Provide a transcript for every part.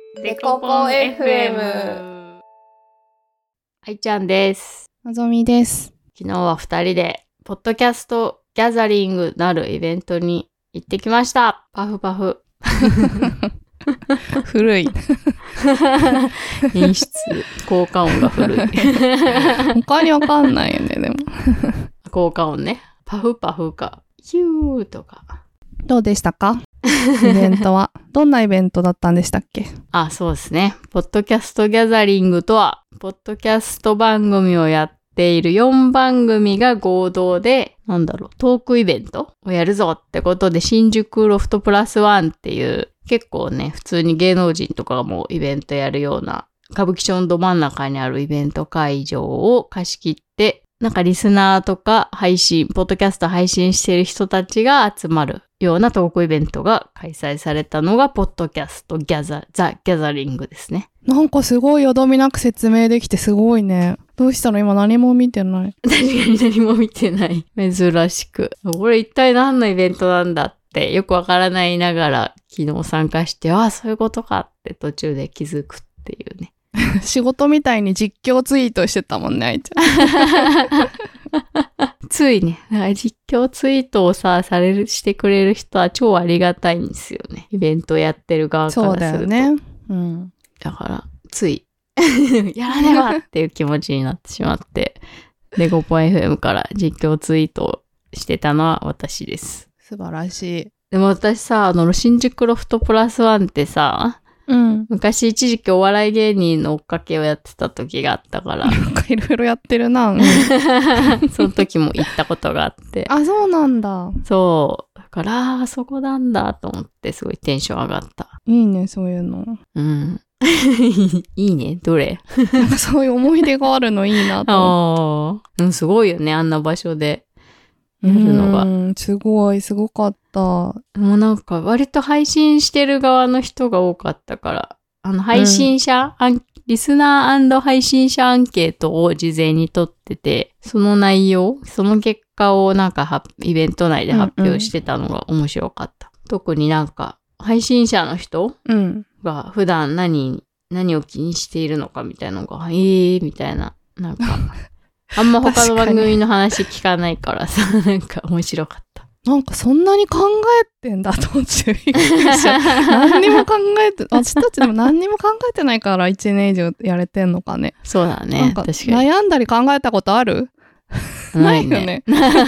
デコポン FM。 愛ちゃんです。 のぞみです。 昨日は2人でポッドキャストギャザリングなるイベントに行ってきました。パフパフ。 古い。 演出効果音が古い。 他にわかんないよね、でも。 効果音ね。パフパフかヒューとか。 どうでしたか？イベントは。どんなイベントだったんでしたっけ？ そうですね。ポッドキャストギャザリングとは、ポッドキャスト番組をやっている4番組が合同で、トークイベントをやるぞってことで、新宿ロフトプラスワンっていう、結構ね、普通に芸能人とかもイベントやるような、歌舞伎町のど真ん中にあるイベント会場を貸し切って、リスナーとかポッドキャスト配信してる人たちが集まるようなトークイベントが開催されたのが、ポッドキャストザ・ギャザリングですね。 なんかすごいよどみなく説明できてすごいね。どうしたの？今何も見てない。 確かに何も見てない。珍しく。これ一体何のイベントなんだってよくわからないながら昨日参加して、そういうことかって途中で気づくっていうね。 仕事みたいに実況ツイートしてたもんね、あいちゃん。ついね、実況ツイートをしてくれる人は超ありがたいんですよね。イベントやってる側からすると。 そうだよね。うん。 だから、つい、やらねばっていう気持ちになってしまって、デコポン FM から実況ツイートをしてたのは私です。 素晴らしい。 でも私さ、新宿ロフトプラスワンってさ、 うん、 昔一時期お笑い芸人の追っかけをやってた時があったから。 なんかいろいろやってるな。 その時も行ったことがあって。 そうなんだ。 そう。だから、そこなんだと思ってすごいテンション上がった。 いいね、そういうの。 うん。いいね、どれ？ なんかそういう思い出があるのいいなと思って。 すごいよね、あんな場所で。やるのが。 すごかった。もう割と配信してる側の人が多かったから、配信者、リスナー&配信者アンケートを事前に取ってて、その内容、その結果をイベント内で発表してたのが面白かった。特に配信者の人が普段何を気にしているのかみたいなのが、みたいな、あんま他の番組の話聞かないからさ、面白かった。 そんなに考えてんだと思って、何にも考えて、私たちでも何にも考えてないから1年以上やれてんのかね。 そうだね。確かに。 悩んだり考えたことある？ないよね。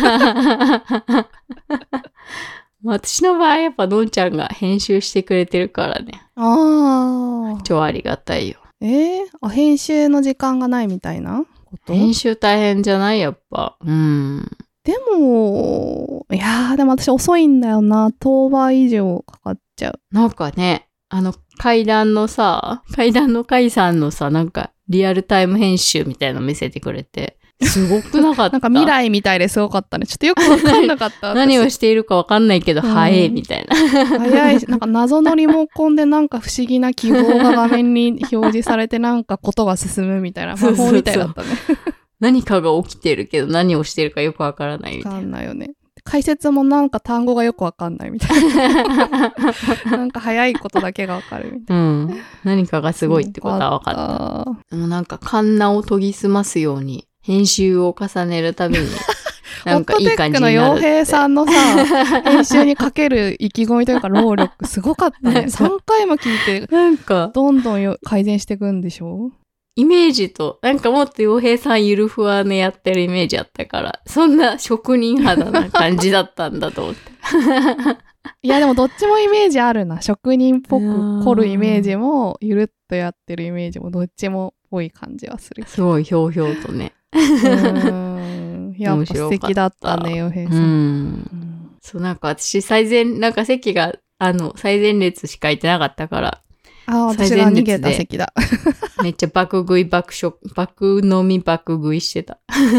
私の場合やっぱのんちゃんが編集してくれてるからね。超ありがたいよ。 編集の時間がないみたいなこと？ 編集大変じゃない？やっぱ。 でも私遅いんだよな。10倍以上かかっちゃう。 階段の階さんのさ、リアルタイム編集みたいなの見せてくれて、すごくなかった？ 未来みたいですごかったね。ちょっとよくわかんなかった。 何をしているかわかんないけど、早いみたいな。 早いし、謎のリモコンで不思議な記号が画面に表示されてことが進むみたいな。魔法みたいだったね。何かが起きてるけど何をしてるかよくわからないみたいな。 わかんないよね。解説も単語がよくわかんないみたいな。早いことだけがわかるみたいな。 何かがすごいってことはわかった。でもカンナを研ぎ澄ますように編集を重ねるたびにいい感じになるって。 ホットテックの洋平さんのさ、編集にかける意気込みというか労力すごかったね。3回も聞いて、どんどん改善していくんでしょ？ イメージと、もっと洋平さんゆるふわねやってるイメージあったから、そんな職人肌な感じだったんだと思って。 いやでもどっちもイメージあるな。職人っぽく凝るイメージも、ゆるっとやってるイメージもどっちもっぽい感じはする。 すごいひょうひょうとね。 やっぱ素敵だったね、洋平さん。 そう、私席が、最前列しかいてなかったから、 私が逃げた席だ。 めっちゃ爆飲み爆食いしてた。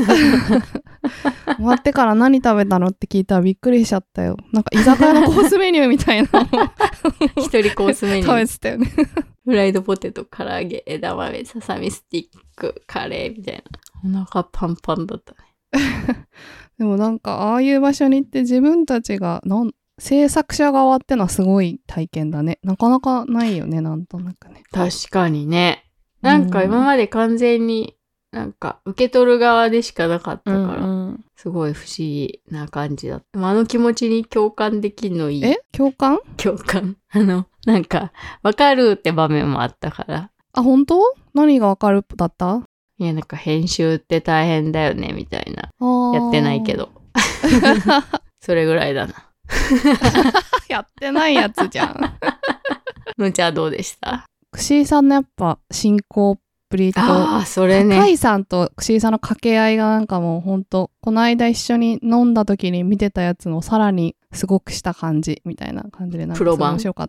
終わってから何食べたのって聞いたらびっくりしちゃったよ。居酒屋のコースメニューみたいな一人コースメニュー。 食べてたよね。 フライドポテト、唐揚げ、枝豆、ささみスティック、カレーみたいな。お腹パンパンだったね。 でもああいう場所に行って自分たちが制作者側ってのはすごい体験だね。なかなかないよね、なんとなくね。 確かにね。なんか今まで完全になんか受け取る側でしかなかったから、すごい不思議な感じだった。あの気持ちに共感できるのいい。 共感？ 共感。なんか、わかるって場面もあったから。 あ、本当？何がわかるだった？ いや、なんか編集って大変だよね、みたいな。やってないけど。それぐらいだな。 やってないやつじゃん。 のちゃんどうでした？ 串井さんのやっぱ進行っぷりと、 それね。 甲斐さんと串井さんの掛け合いがなんかもうほんと、この間一緒に飲んだ時に見てたやつのさらにすごくした感じみたいな感じで、なんかすごい面白かった。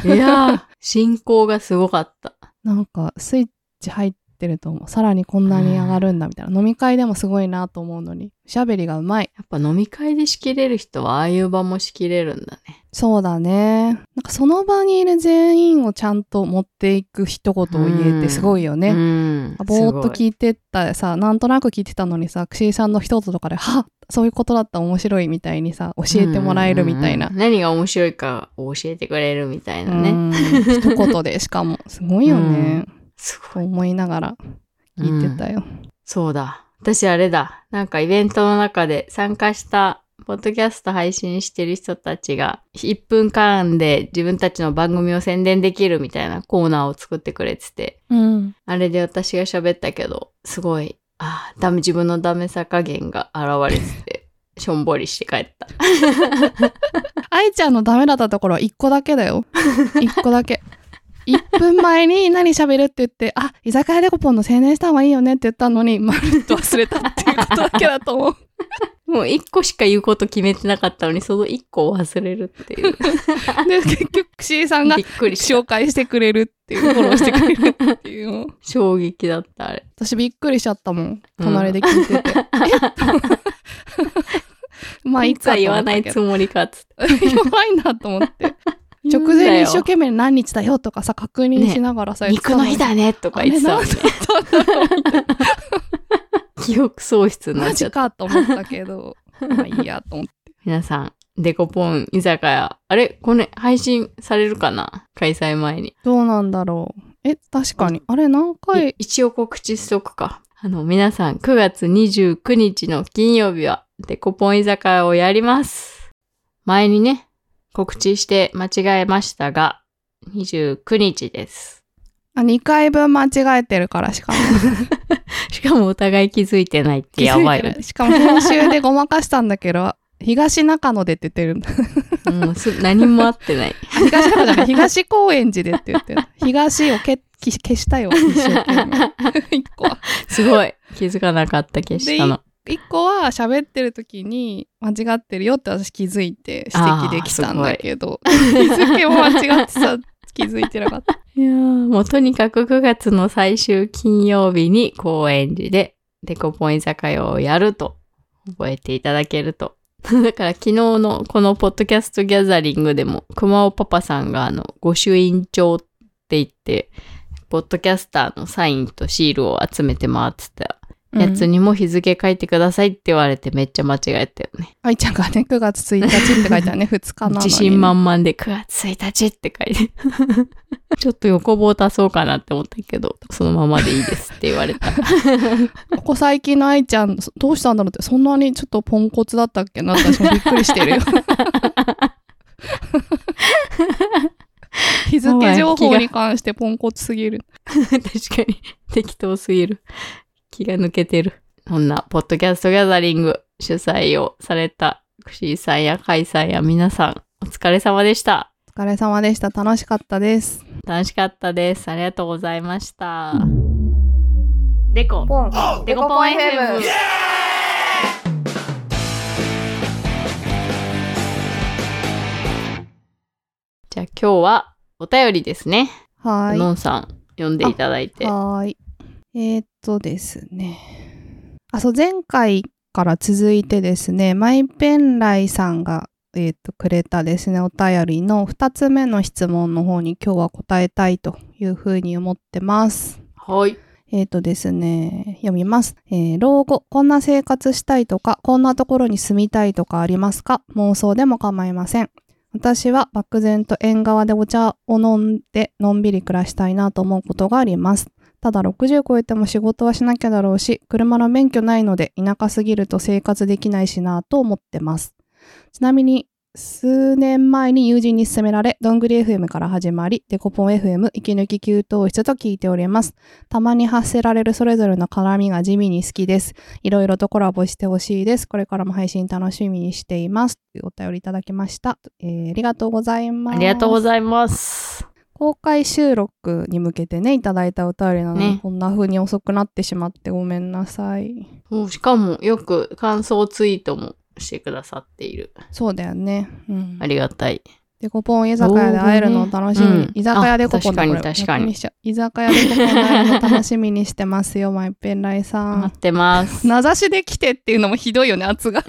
いやー、進行がすごかった。 なんかスイッチ入ってるとさらにこんなに上がるんだみたいな。飲み会でもすごいなと思うのに、おしゃべりがうまい。 やっぱ飲み会で仕切れる人はああいう場も仕切れるんだね。 そうだね。なんかその場にいる全員をちゃんと持っていく一言を言えてすごいよね。ぼーっと聞いてたさ、なんとなく聞いてたのにさ、串井さんの一言とかで、そういうことだったら面白いみたいにさ、教えてもらえるみたいな。 何が面白いかを教えてくれるみたいなね。 一言でしかも、すごいよね。すごい思いながら聞いてたよ。 そうだ。私あれだ。なんかイベントの中で参加したポッドキャスト配信してる人たちが1分間で自分たちの番組を宣伝できるみたいなコーナーを作ってくれてて、あれで私が喋ったけど、すごい、自分のダメさ加減が現れてて、しょんぼりして帰った。 愛ちゃんのダメだったところは1個だけだよ。1個だけ。1分前に何喋るって言って、居酒屋デコポンの宣伝した方がいいよねって言ったのに、まるっと忘れたっていうことだけだと思う。 もう1個しか言うこと決めてなかったのに、その1個を忘れるっていう。 で、結局、串井さんが紹介してくれるっていう、フォローしてくれるっていうの。 衝撃だった、あれ。 私びっくりしちゃったもん。隣で聞いてて。まあ、いつは言わないつもりかっつって。 言わないんだと思って。直前に一生懸命何日だよとかさ、確認しながらさ、 肉の日だねとか言ってたもんね。記憶喪失になっちゃった。 マジかと思ったけど、まあいいやと思って。 皆さん、デコポン居酒屋、あれこれ配信されるかな？開催前に。 どうなんだろう。確かに。あれ何回？ 一応告知しとくか。皆さん、9月29日の金曜日は、デコポン居酒屋をやります。前にね、告知して間違えましたが、29日です。 2回分間違えてるからしかも。 しかもお互い気づいてないってやばいよね。 しかも編集でごまかしたんだけど、東中野でって言ってるんだ。 何も合ってない。 東中野じゃない、東高円寺でって言ってる。東を消したよ、一生懸命。1個は。 すごい。気づかなかった消したの。 1個は喋ってる時に間違ってるよって私気づいて指摘できたんだけど、日付も間違ってさ、気づいてなかった。 いやー、もうとにかく9月の最終金曜日に高円寺でデコポン居酒屋をやると覚えていただけると。だから昨日のこのポッドキャストギャザリングでも熊尾パパさんが御朱印帳って言って、ポッドキャスターのサインとシールを集めて回ってたやつにも日付書いてくださいって言われてめっちゃ間違えたよね。 愛ちゃんがね、9月1日って書いてあるね、2日なのに。 自信満々で9月1日って書いて。ちょっと横棒足そうかなって思ったけど、そのままでいいですって言われた。 ここ最近の愛ちゃん、どうしたんだろうって、そんなにちょっとポンコツだったっけなって私もびっくりしてるよ。日付情報に関してポンコツすぎる。 確かに適当すぎる。気が抜けてる。そんなポッドキャストギャザリング主催をされた串井さんや甲斐さんや皆さんお疲れ様でした。 お疲れ様でした。楽しかったです。 楽しかったです。ありがとうございました。デコポン FM。じゃあ今日はお便りですね。 はい。 のんさん読んでいただいて。 はい。ですね。前回から続いてですね、マイペンライさんが、くれたですね、お便りの2つ目の質問の方に今日は答えたいというふうに思ってます。 はい。 ですね、読みます。老後、こんな生活したいとか、こんなところに住みたいとかありますか？妄想でも構いません。私は漠然と縁側でお茶を飲んでのんびり暮らしたいなと思うことがあります。ただ60超えても仕事はしなきゃだろうし、車の免許ないので田舎すぎると生活できないしなと思ってます。ちなみに、数年前に友人に勧められ、どんぐり FM から始まり、デコポン FM、息抜き給湯室と聞いております。たまに発せられるそれぞれの絡みが地味に好きです。いろいろとコラボしてほしいです。これからも配信楽しみにしています。というお便りいただきました。ありがとうございます。 ありがとうございます。 公開収録に向けてね、いただいたお便りなのに、こんな風に遅くなってしまってごめんなさい。 しかもよく感想ツイートもしてくださっている。 そうだよね。うん、 ありがたい。 デコポン居酒屋で会えるのを楽しみに。居酒屋でコポンだこれ。 確かに。 居酒屋でコポンで会えるの楽しみにしてますよ、マイペンライさん。 待ってます。 名指しで来てっていうのもひどいよね、圧が。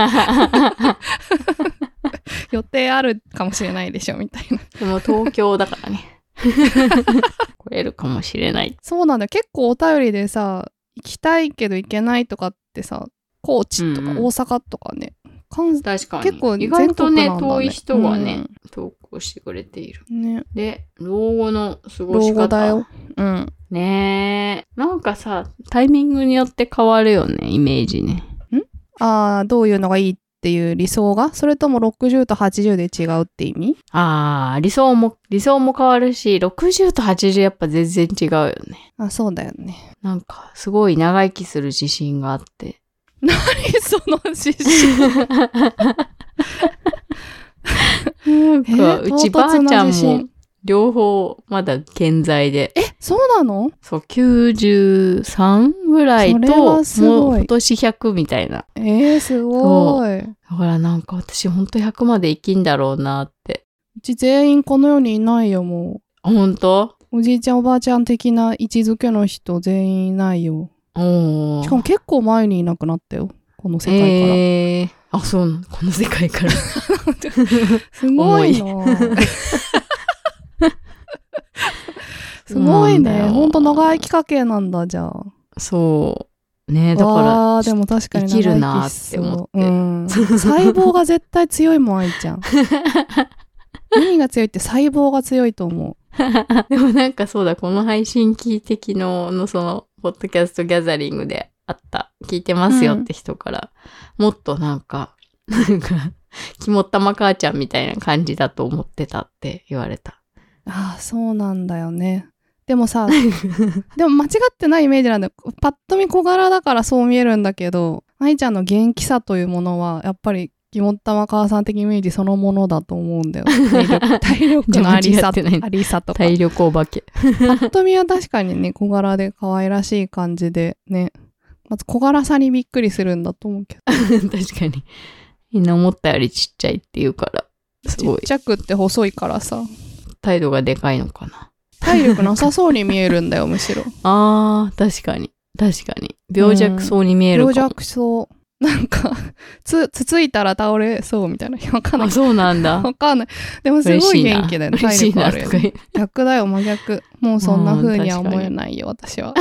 予定あるかもしれないでしょ、みたいな。 でも東京だからね。来れるかもしれない。 そうなんだよ。結構お便りでさ、行きたいけど行けないとかってさ、高知とか大阪とかね。 確かに。 結構意外とね、遠い人がね、投稿してくれている。 ね。 で、老後の過ごし方。 老後だよ。うん。 ねえ。なんかさ、タイミングによって変わるよね、イメージね。 どういうのがいいっていう理想が？それとも60と80で違うって意味？ 理想も変わるし、60と80やっぱ全然違うよね。 そうだよね。 なんか、すごい長生きする自信があって。 何その自信なんか、うちばあちゃんも両方まだ健在で。 そうなの？ そう、93ぐらいと、もう今年100みたいな。 すごい。 だからなんか私ほんと100まで生きんだろうなって。 うち全員この世にいないよ、もう。ほんと？ おじいちゃんおばあちゃん的な位置づけの人全員いないよ。しかも結構前にいなくなったよ。この世界かこら。 の世界から。 すごいなすごいね。ほんと長生き家系なんだ、じゃあ。 そうね。だからでも確かに生きるなって思って。 細胞が絶対強いもん、愛ちゃん。何が強いって細胞が強いと思う。 でもなんかそうだ、この配信聞いて昨日のそのポッドキャストギャザリングで聞いてますよって人から、もっとなんか肝っ玉母ちゃんみたいな感じだと思ってたって言われた。 そうなんだよね。でもさ、でも間違ってないイメージなんだよ。パッと見小柄だからそう見えるんだけど、愛ちゃんの元気さというものは、やっぱり肝っ玉母さん的イメージそのものだと思うんだよ。体力のありさとか。 体力お化け。 パッと見は確かにね、小柄で可愛らしい感じでね。まず小柄さにびっくりするんだと思うけど。 確かに。みんな思ったよりちっちゃいって言うから、すごい。 ちっちゃくって細いからさ。 態度がでかいのかな。 体力なさそうに見えるんだよ、むしろ。 確かに。確かに。病弱そうに見えるかも。 病弱そう。なんか、つついたら倒れそうみたいな。わかんない。 そうなんだ。 わかんない。でもすごい元気だよね。体力あるよね。逆だよ、真逆。もうそんな風には思えないよ、私は。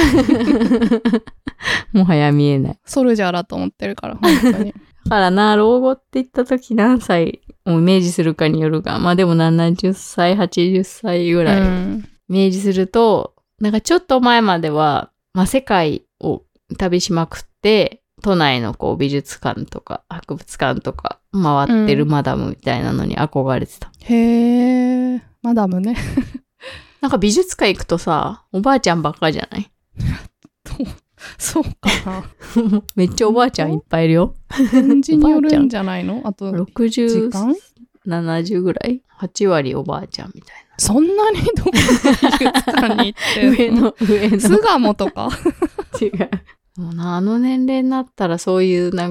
もはや見えない。 ソルジャーだと思ってるから、本当に。 だからな、老後って言った時何歳をイメージするかによるが、まあでも70歳、80歳ぐらいイメージすると、なんかちょっと前までは、まあ世界を旅しまくって、都内のこう美術館とか博物館とか回ってるマダムみたいなのに憧れてた。 へー、マダムね。 なんか美術館行くとさ、おばあちゃんばっかじゃない？ そうかな。 めっちゃおばあちゃんいっぱいいるよ。 返事によるんじゃないの？あと 60、70ぐらい ?8 割おばあちゃんみたいな。 そんなにどこの美術館に行って上の。 巣鴨とか違う。もうな、あの年齢になったらそういうなんか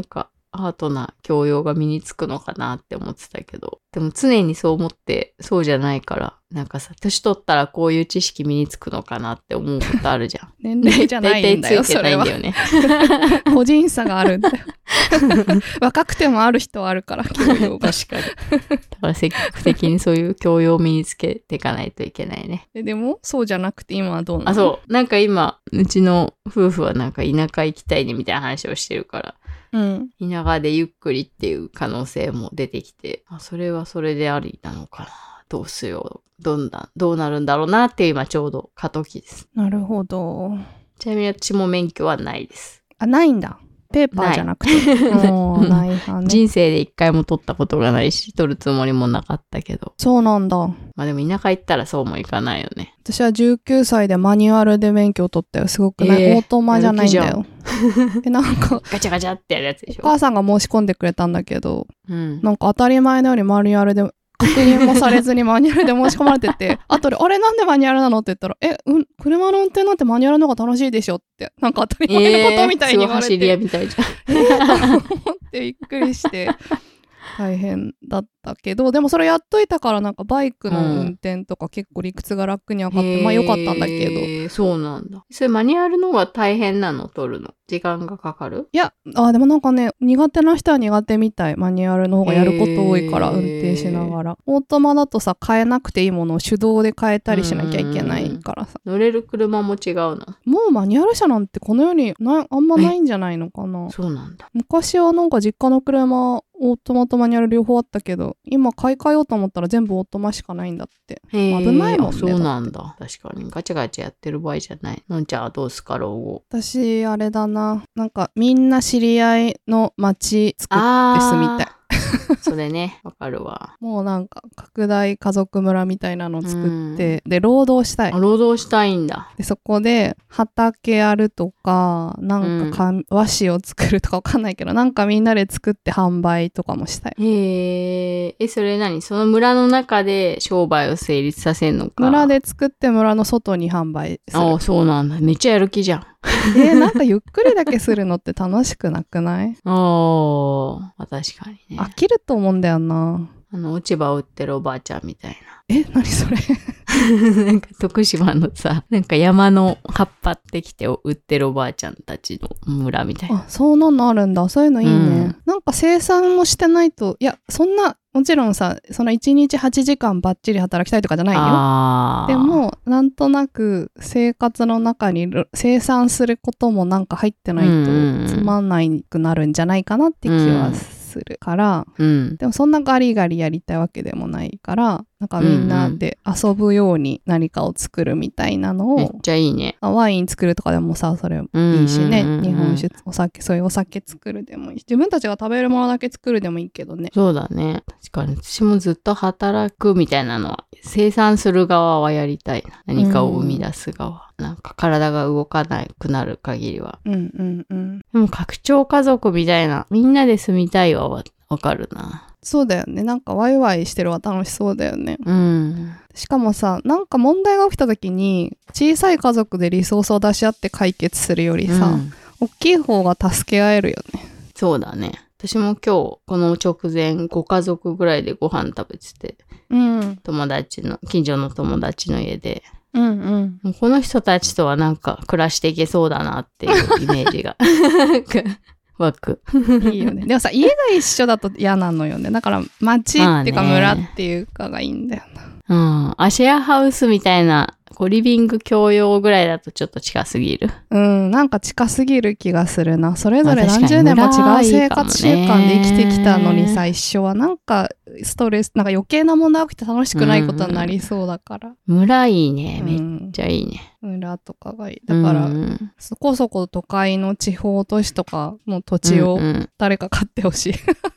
アートな教養が身につくのかなって思ってたけど、でも常にそう思ってそうじゃないから、なんかさ、年取ったらこういう知識身につくのかなって思うことあるじゃん。 年齢じゃないんだよ、それは。個人差があるんだよ。若くてもある人はあるから、教養が。 確かに。だから積極的にそういう教養を身につけていかないといけないね。 でも、そうじゃなくて今はどうなの？ そう。なんか今、うちの夫婦はなんか田舎行きたいねみたいな話をしてるから、田舎でゆっくりっていう可能性も出てきて、それはそれでありなのかな。どうしよう。どうなるんだろうなって今ちょうど過渡期です。 なるほど。 ちなみに私も免許はないです。 ないんだ。ペーパーじゃなくて。ない派ね。 人生で一回も取ったことがないし、取るつもりもなかったけど。 そうなんだ。 でも田舎行ったらそうもいかないよね。 私は19歳でマニュアルで免許を取ったよ。すごくない、オートマじゃないんだよ。なんかガチャガチャってやるやつでしょ。 お母さんが申し込んでくれたんだけど、なんか当たり前のようにマニュアルで確認もされずにマニュアルで申し込まれてて、後で、あれなんでマニュアルなのって言ったら、車の運転なんてマニュアルの方が楽しいでしょって、なんか当たり前のことみたいに言われて。 走り屋みたいじゃん。 思ってびっくりして、大変だったけど、でもそれやっといたからなんかバイクの運転とか結構理屈が楽に分かって、まあ良かったんだけど。 そうなんだ。それマニュアルの方が大変なの取るの？時間がかかる？ いや、でもなんかね、苦手な人は苦手みたい。マニュアルの方がやること多いから運転しながら。オートマだとさ、変えなくていいものを手動で変えたりしなきゃいけないからさ。 乗れる車も違うの？ もうマニュアル車なんてこの世にあんまないんじゃないのかな。 そうなんだ。 昔はなんか実家の車、オートマとマニュアル両方あったけど、今買い替えようと思ったら全部オートマしかないんだって。危ないもんね。 そうなんだ。確かに。ガチャガチャやってる場合じゃない。のんちゃんはどうすか、老後。 私、あれだな。なんかみんな知り合いの街作って住みたい。 それね、わかるわ。 もうなんか拡大家族村みたいなのを作って、で労働したい。 労働したいんだ。 でそこで畑やるとか、なんか和紙を作るとかわかんないけど、なんかみんなで作って販売とかもしたい。 それ何？その村の中で商売を成立させんのか？ 村で作って村の外に販売する。 そうなんだ。めっちゃやる気じゃん。 なんかゆっくりだけするのって楽しくなくない？ 確かにね。 飽きると思うんだよな。 落ち葉を売ってるおばあちゃんみたいな。 何それ？ なんか徳島のさ、なんか山の葉っぱってきて売ってるおばあちゃんたちの村みたいな。 そうなのあるんだ。そういうのいいね。なんか生産もしてないと、いや、そんな、もちろんさ、その1日8時間バッチリ働きたいとかじゃないよ。でも、なんとなく生活の中に生産することもなんか入ってないとつまんないくなるんじゃないかなって気はするから、でもそんなガリガリやりたいわけでもないから、なんかみんなで遊ぶように何かを作るみたいなのを、 めっちゃいいね。 ワイン作るとかでもさ、それいいしね。日本酒、そういうお酒作るでもいいし、自分たちが食べるものだけ作るでもいいけどね。 そうだね。確かに私もずっと働くみたいなのは、生産する側はやりたいな。何かを生み出す側。なんか体が動かなくなる限りは。でも拡張家族みたいな、みんなで住みたいはわかるな。 そうだよね。なんかワイワイしてるは楽しそうだよね。しかもさ、なんか問題が起きた時に小さい家族でリソースを出し合って解決するよりさ、大きい方が助け合えるよね。 そうだね。私も今日この直前ご家族ぐらいでご飯食べてて、近所の友達の家で、この人たちとはなんか暮らしていけそうだなっていうイメージが湧く。 いいよね。でもさ、家が一緒だと嫌なのよね。だから町っていうか村っていうかがいいんだよな。シェアハウスみたいな、リビング共用ぐらいだとちょっと近すぎる。 なんか近すぎる気がするな。それぞれ何十年も違う生活習慣で生きてきたのにさ、一緒はなんかストレス、なんか余計な問題起きて楽しくないことになりそうだから。 村いいね。めっちゃいいね。 村とかがいい。だから、そこそこ都会の地方都市とかの土地を誰か買ってほしい。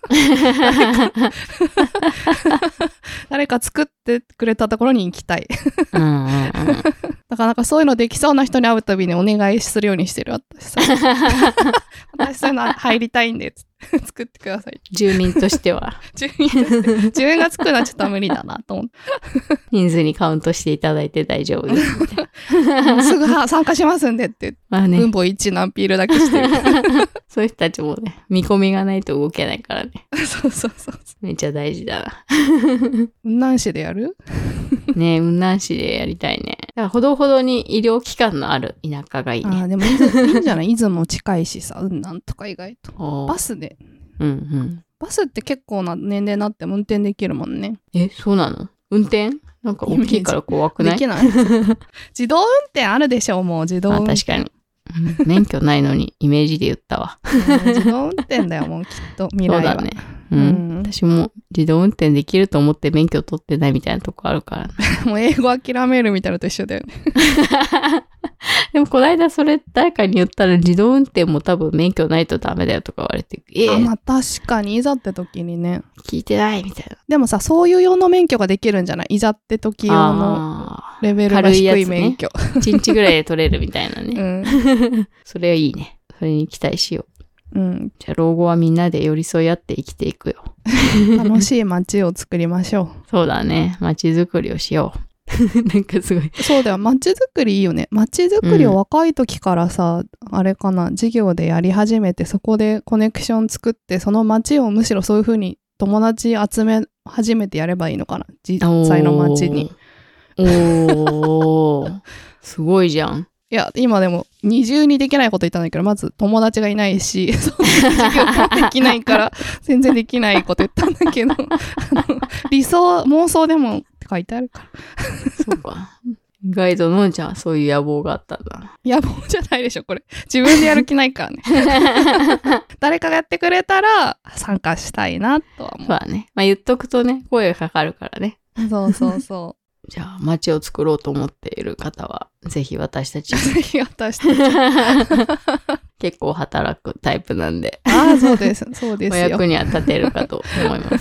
誰か作ってくれたところに行きたい。だからなんかそういうのできそうな人に会うたびにお願いするようにしてる私さ。私そういうの入りたいんで作ってください。 住民としては。 自分が作るのはちょっと無理だなと思って。 人数にカウントしていただいて大丈夫です。 すぐ参加しますんでってまあね、 文法一のアピールだけしてる。 そういう人たちもね、見込みがないと動けないからね。 そうそうそう。 めっちゃ大事だな。 雲南市でやる？ ね、雲南市でやりたいね。だからほどほどに医療機関のある田舎がいいね。 ああ、でもいいんじゃない？出雲も近いしさ、雲南とか意外と。バスで。 うんうん。 バスって結構な年齢になっても運転できるもんね。 そうなの？運転？なんか大きいから怖くない？ できない。自動運転あるでしょ、もう自動運転。 確かに。免許ないのにイメージで言ったわ。 自動運転だよ、もうきっと未来は。 そうだね。私も自動運転できると思って免許取ってないみたいなとこあるから、ね。 もう英語諦めるみたいなのと一緒だよね。 でもこの間それ誰かに言ったら自動運転も多分免許ないとダメだよとか言われて、 まあ確かにいざって時にね。 聞いてないみたいな。 でもさ、そういう用の免許ができるんじゃない？いざって時用のレベルが低い免許。 1日ぐらいで取れるみたいなね。それはいいね。それに期待しよう。じゃあ老後はみんなで寄り添い合って生きていくよ。 楽しい街を作りましょう。そうだね。街づくりをしよう。なんかすごい。 そうだよ。街づくりいいよね。街づくりを若い時からさ、あれかな、授業でやり始めて、そこでコネクション作って、その街をむしろそういう風に友達集め始めてやればいいのかな。実際の街に。 すごいじゃん。 いや、今でも二重にできないこと言ったんだけど、まず友達がいないし、そんな授業もできないから、全然できないこと言ったんだけど、妄想でもって書いてあるから。 そうか。意外とのんちゃんはそういう野望があったんだな。 野望じゃないでしょ、これ。自分でやる気ないからね。誰かがやってくれたら参加したいなとは思う。 そうだね。まあ言っとくとね、声がかかるからね。 そうそうそう。 じゃあ、街を作ろうと思っている方は、ぜひ私たち。 ぜひ私たち。 結構働くタイプなんで。 ああ、そうです。そうですよ。 お役には立てるかと思います。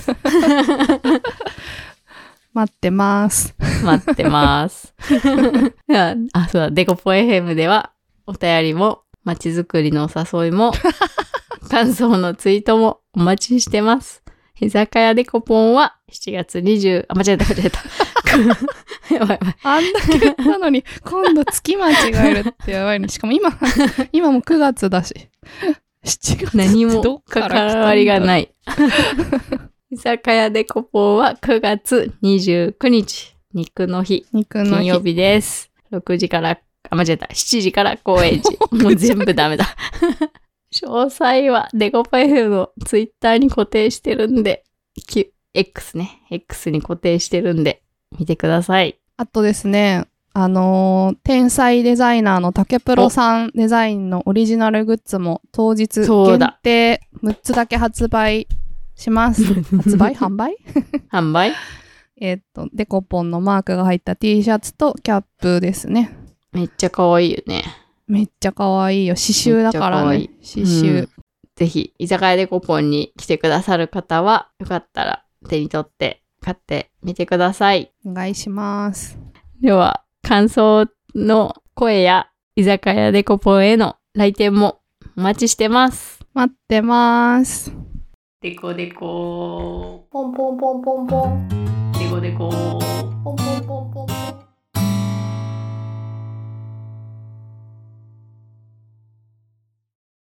待ってます。 待ってます。あ、そうだ、デコポ FM では、お便りも、街づくりのお誘いも、感想のツイートもお待ちしてます。居酒屋デコポンは7月20、間違えた。やばい。 あんだけ言ったのに、今度月間違えるってやばいね。しかも今も9月だし。7月何も関わりがない。居酒屋デコポンは9月29日、肉の日。金曜日です。6時から、間違えた。7時から高円寺。もう全部ダメだ。詳細はデコポ FM のツイッターに固定してるんで、X ね。X に固定してるんで、見てください。 あとですね、天才デザイナーの竹プロさんデザインのオリジナルグッズも当日限定6つだけ発売します。発売販売販売デコポンのマークが入った T シャツとキャップですね。 めっちゃ可愛いよね。 めっちゃ可愛いよ。刺繍だからね。刺繍。 ぜひ、居酒屋デコポンに来てくださる方は、よかったら手に取って買ってみてください。 お願いします。 では、感想の声や居酒屋デコポンへの来店もお待ちしてます。 待ってます。 デコデコポンポンポンポンポン。 デコデコポンポンポン。